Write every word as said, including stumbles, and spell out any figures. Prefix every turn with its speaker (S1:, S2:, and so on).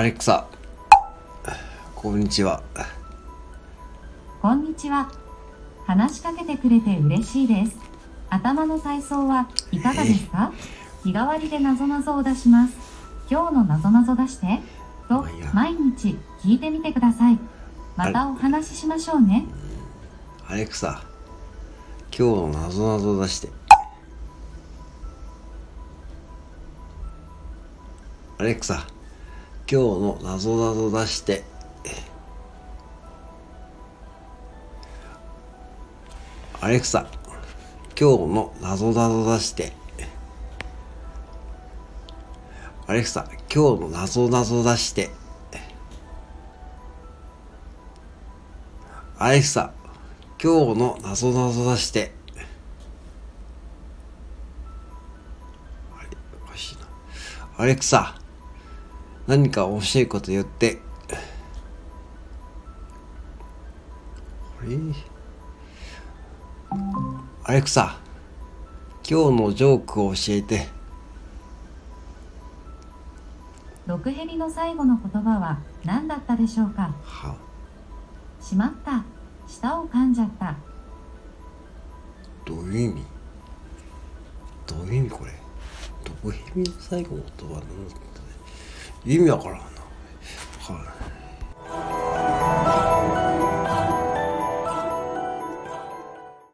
S1: アレクサ、こんにちは。
S2: こんにちは。話しかけてくれて嬉しいです。頭の体操はいかがですか？日替わりでなぞなぞを出します。今日のなぞなぞ出してと毎日聞いてみてください。またお話ししましょうね。
S1: アレクサ、今日のなぞなぞ出して。アレクサ、今日のなぞなぞ出して。アレクサ、今日のなぞなぞ出して。アレクサ、今日のなぞなぞ出して。アレクサ、今日のなぞなぞ出して。あれ、おかしいな。アレクサ、何か面白いこと言って。あれ、アレクサ、今日のジョークを教えて。
S2: 毒蛇の最後の言葉は何だったでしょうか？
S1: は
S2: しまった。舌を噛んじゃった。
S1: どういう意味？どういう意味これ？毒蛇の最後の言葉は何だったね。意味わからんな。わからない。